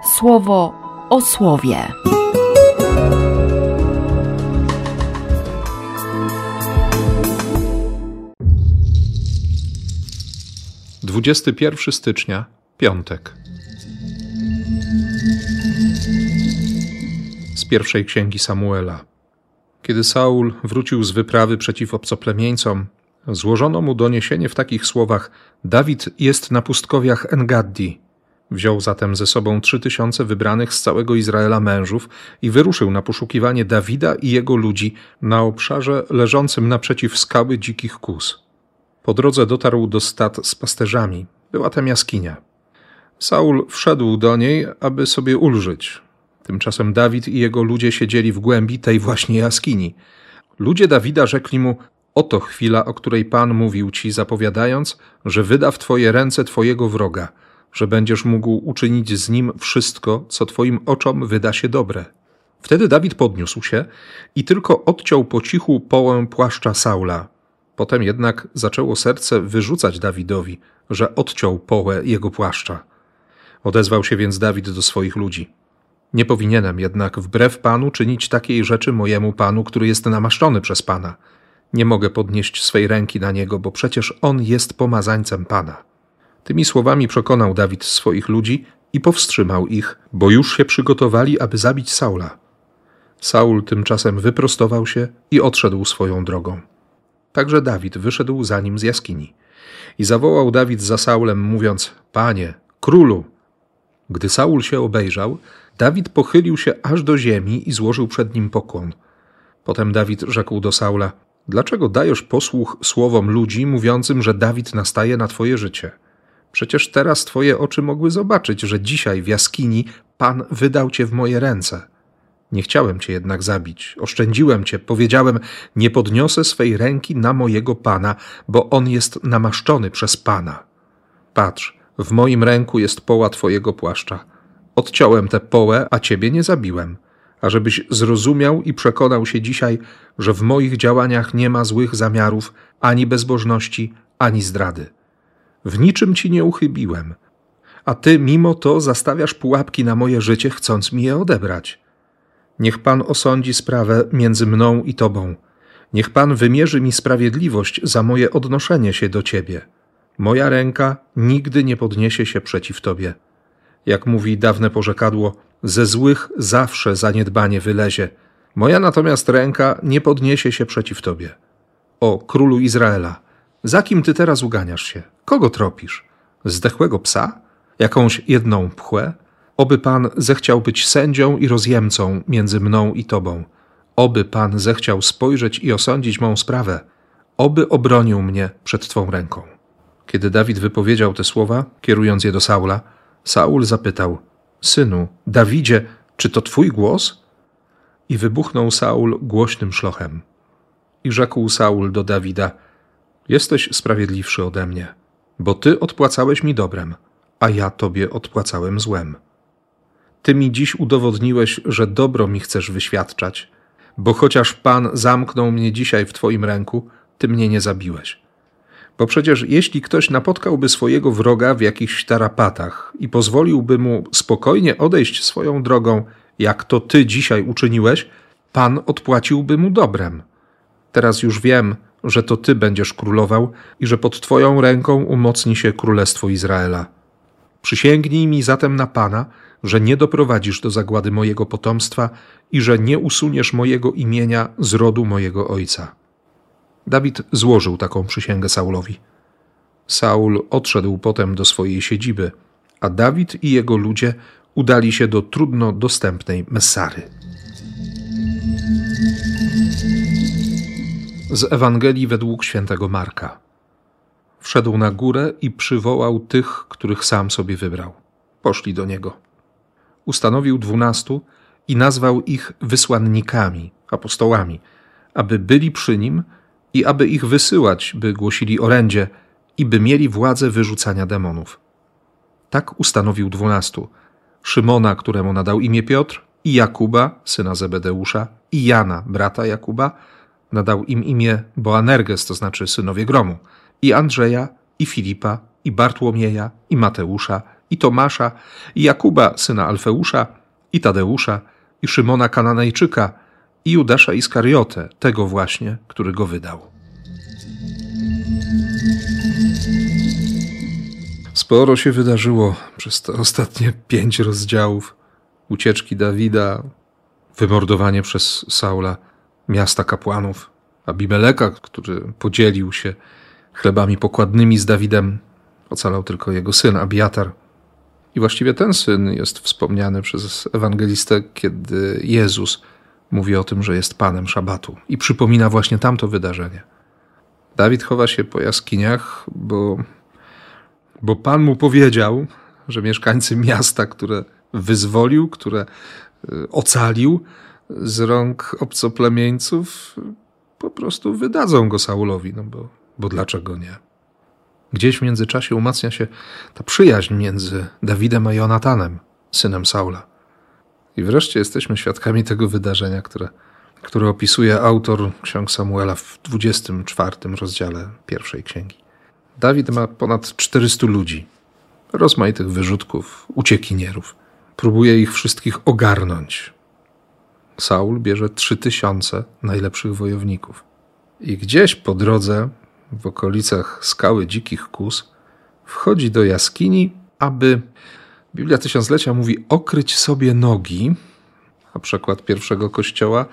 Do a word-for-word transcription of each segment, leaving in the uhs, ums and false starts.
Słowo o słowie. dwudziestego pierwszego stycznia, piątek. Z pierwszej księgi Samuela. Kiedy Saul wrócił z wyprawy przeciw obcoplemieńcom, złożono mu doniesienie w takich słowach: Dawid jest na pustkowiach En-Gaddi. Wziął zatem ze sobą trzy tysiące wybranych z całego Izraela mężów i wyruszył na poszukiwanie Dawida i jego ludzi na obszarze leżącym naprzeciw skały Dzikich Kóz. Po drodze dotarł do stad z pasterzami. Była tam jaskinia. Saul wszedł do niej, aby sobie ulżyć. Tymczasem Dawid i jego ludzie siedzieli w głębi tej właśnie jaskini. Ludzie Dawida rzekli mu: oto chwila, o której Pan mówił ci, zapowiadając, że wyda w twoje ręce twojego wroga, że będziesz mógł uczynić z nim wszystko, co twoim oczom wyda się dobre. Wtedy Dawid podniósł się i tylko odciął po cichu połę płaszcza Saula. Potem jednak zaczęło serce wyrzucać Dawidowi, że odciął połę jego płaszcza. Odezwał się więc Dawid do swoich ludzi: nie powinienem jednak wbrew Panu czynić takiej rzeczy mojemu Panu, który jest namaszczony przez Pana. Nie mogę podnieść swej ręki na niego, bo przecież on jest pomazańcem Pana. Tymi słowami przekonał Dawid swoich ludzi i powstrzymał ich, bo już się przygotowali, aby zabić Saula. Saul tymczasem wyprostował się i odszedł swoją drogą. Także Dawid wyszedł za nim z jaskini. I zawołał Dawid za Saulem, mówiąc: Panie, królu! Gdy Saul się obejrzał, Dawid pochylił się aż do ziemi i złożył przed nim pokłon. Potem Dawid rzekł do Saula: dlaczego dajesz posłuch słowom ludzi mówiącym, że Dawid nastaje na twoje życie? Przecież teraz twoje oczy mogły zobaczyć, że dzisiaj w jaskini Pan wydał cię w moje ręce. Nie chciałem cię jednak zabić, oszczędziłem cię, powiedziałem: nie podniosę swej ręki na mojego Pana, bo on jest namaszczony przez Pana. Patrz, w moim ręku jest poła twojego płaszcza. Odciąłem tę połę, a ciebie nie zabiłem, ażebyś zrozumiał i przekonał się dzisiaj, że w moich działaniach nie ma złych zamiarów, ani bezbożności, ani zdrady. W niczym ci nie uchybiłem, a ty mimo to zastawiasz pułapki na moje życie, chcąc mi je odebrać. Niech Pan osądzi sprawę między mną i tobą. Niech Pan wymierzy mi sprawiedliwość za moje odnoszenie się do ciebie. Moja ręka nigdy nie podniesie się przeciw tobie. Jak mówi dawne porzekadło, ze złych zawsze zaniedbanie wylezie. Moja natomiast ręka nie podniesie się przeciw tobie. O królu Izraela, za kim ty teraz uganiasz się? Kogo tropisz? Zdechłego psa? Jakąś jedną pchłę? Oby Pan zechciał być sędzią i rozjemcą między mną i tobą. Oby Pan zechciał spojrzeć i osądzić mą sprawę. Oby obronił mnie przed twą ręką. Kiedy Dawid wypowiedział te słowa, kierując je do Saula, Saul zapytał: synu, Dawidzie, czy to twój głos? I wybuchnął Saul głośnym szlochem. I rzekł Saul do Dawida: jesteś sprawiedliwszy ode mnie, bo ty odpłacałeś mi dobrem, a ja tobie odpłacałem złem. Ty mi dziś udowodniłeś, że dobro mi chcesz wyświadczać, bo chociaż Pan zamknął mnie dzisiaj w twoim ręku, ty mnie nie zabiłeś. Bo przecież jeśli ktoś napotkałby swojego wroga w jakichś tarapatach i pozwoliłby mu spokojnie odejść swoją drogą, jak to ty dzisiaj uczyniłeś, Pan odpłaciłby mu dobrem. Teraz już wiem, że to ty będziesz królował i że pod twoją ręką umocni się królestwo Izraela. Przysięgnij mi zatem na Pana, że nie doprowadzisz do zagłady mojego potomstwa i że nie usuniesz mojego imienia z rodu mojego ojca. Dawid złożył taką przysięgę Saulowi. Saul odszedł potem do swojej siedziby, a Dawid i jego ludzie udali się do trudno dostępnej Messary. Z Ewangelii według świętego Marka. Wszedł na górę i przywołał tych, których sam sobie wybrał. Poszli do niego. Ustanowił dwunastu i nazwał ich wysłannikami, apostołami, aby byli przy nim i aby ich wysyłać, by głosili orędzie i by mieli władzę wyrzucania demonów. Tak ustanowił dwunastu: Szymona, któremu nadał imię Piotr, i Jakuba, syna Zebedeusza, i Jana, brata Jakuba, nadał im imię Boanerges, to znaczy synowie gromu, i Andrzeja, i Filipa, i Bartłomieja, i Mateusza, i Tomasza, i Jakuba, syna Alfeusza, i Tadeusza, i Szymona Kananejczyka, i Judasza Iskariotę, tego właśnie, który go wydał. Sporo się wydarzyło przez te ostatnie pięć rozdziałów. Ucieczki Dawida, wymordowanie przez Saula miasta kapłanów, Abimeleka, który podzielił się chlebami pokładnymi z Dawidem. Ocalał tylko jego syn Abiatar. I właściwie ten syn jest wspomniany przez ewangelistę, kiedy Jezus mówi o tym, że jest Panem szabatu i przypomina właśnie tamto wydarzenie. Dawid chowa się po jaskiniach, bo, bo Pan mu powiedział, że mieszkańcy miasta, które wyzwolił, które ocalił z rąk obcoplemieńców, po prostu wydadzą go Saulowi, no bo, bo dlaczego nie? Gdzieś w międzyczasie umacnia się ta przyjaźń między Dawidem a Jonatanem, synem Saula. I wreszcie jesteśmy świadkami tego wydarzenia, które, które opisuje autor ksiąg Samuela w dwudziestym czwartym rozdziale pierwszej księgi. Dawid ma ponad czterystu ludzi, rozmaitych wyrzutków, uciekinierów. Próbuje ich wszystkich ogarnąć. Saul bierze trzy tysiące najlepszych wojowników. I gdzieś po drodze, w okolicach skały Dzikich Kóz, wchodzi do jaskini, aby, Biblia Tysiąclecia mówi, okryć sobie nogi, a przekład pierwszego kościoła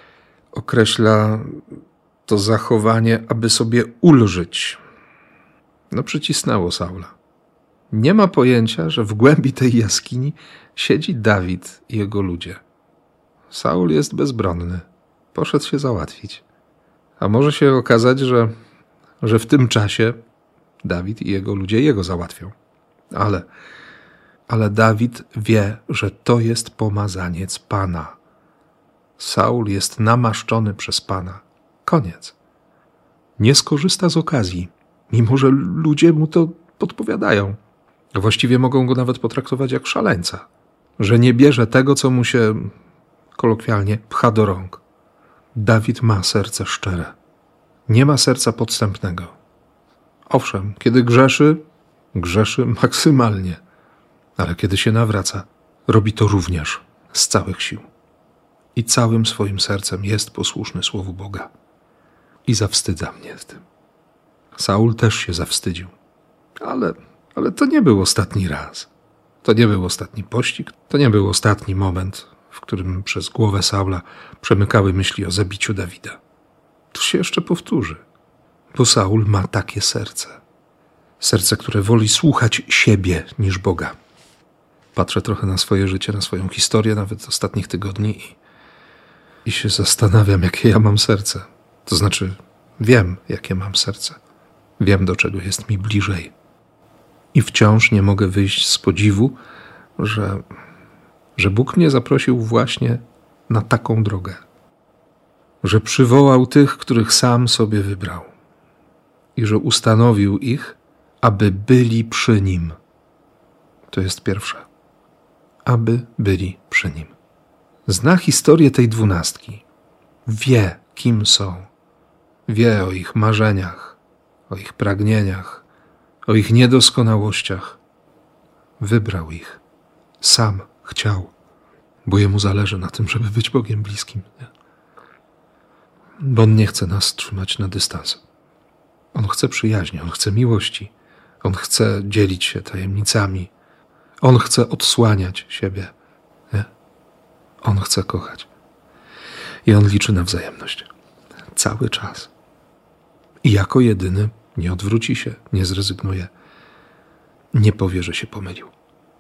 określa to zachowanie, aby sobie ulżyć. No przycisnęło Saula. Nie ma pojęcia, że w głębi tej jaskini siedzi Dawid i jego ludzie. Saul jest bezbronny. Poszedł się załatwić. A może się okazać, że, że w tym czasie Dawid i jego ludzie jego załatwią. Ale, ale Dawid wie, że to jest pomazaniec Pana. Saul jest namaszczony przez Pana. Koniec. Nie skorzysta z okazji, mimo że ludzie mu to podpowiadają. Właściwie mogą go nawet potraktować jak szaleńca, że nie bierze tego, co mu się kolokwialnie pcha do rąk. Dawid ma serce szczere. Nie ma serca podstępnego. Owszem, kiedy grzeszy, grzeszy maksymalnie, ale kiedy się nawraca, robi to również z całych sił. I całym swoim sercem jest posłuszny Słowu Boga. I zawstydza mnie w tym. Saul też się zawstydził. Ale, ale to nie był ostatni raz. To nie był ostatni pościg. To nie był ostatni moment, w którym przez głowę Saula przemykały myśli o zabiciu Dawida. To się jeszcze powtórzy. Bo Saul ma takie serce. Serce, które woli słuchać siebie niż Boga. Patrzę trochę na swoje życie, na swoją historię, nawet ostatnich tygodni i, i się zastanawiam, jakie ja mam serce. To znaczy, wiem, jakie mam serce. Wiem, do czego jest mi bliżej. I wciąż nie mogę wyjść z podziwu, że, że Bóg mnie zaprosił właśnie na taką drogę. Że przywołał tych, których sam sobie wybrał. I że ustanowił ich, aby byli przy Nim. To jest pierwsze. Aby byli przy Nim. Zna historię tej dwunastki. Wie, kim są. Wie o ich marzeniach, o ich pragnieniach, o ich niedoskonałościach. Wybrał ich. Sam chciał, bo Jemu zależy na tym, żeby być Bogiem bliskim. Nie? Bo On nie chce nas trzymać na dystans. On chce przyjaźni, On chce miłości. On chce dzielić się tajemnicami. On chce odsłaniać siebie. Nie? On chce kochać. I On liczy na wzajemność. Cały czas. I jako jedyny nie odwróci się, nie zrezygnuje. Nie powie, że się pomylił.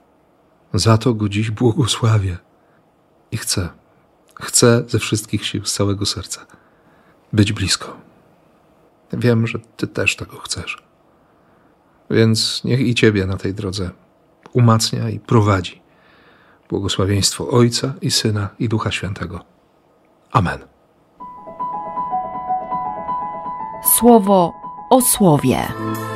Za to Go dziś błogosławię. I chcę, chcę ze wszystkich sił, z całego serca być blisko. Wiem, że Ty też tego chcesz. Więc niech i Ciebie na tej drodze umacnia i prowadzi błogosławieństwo Ojca i Syna i Ducha Świętego. Amen. Słowo o słowie.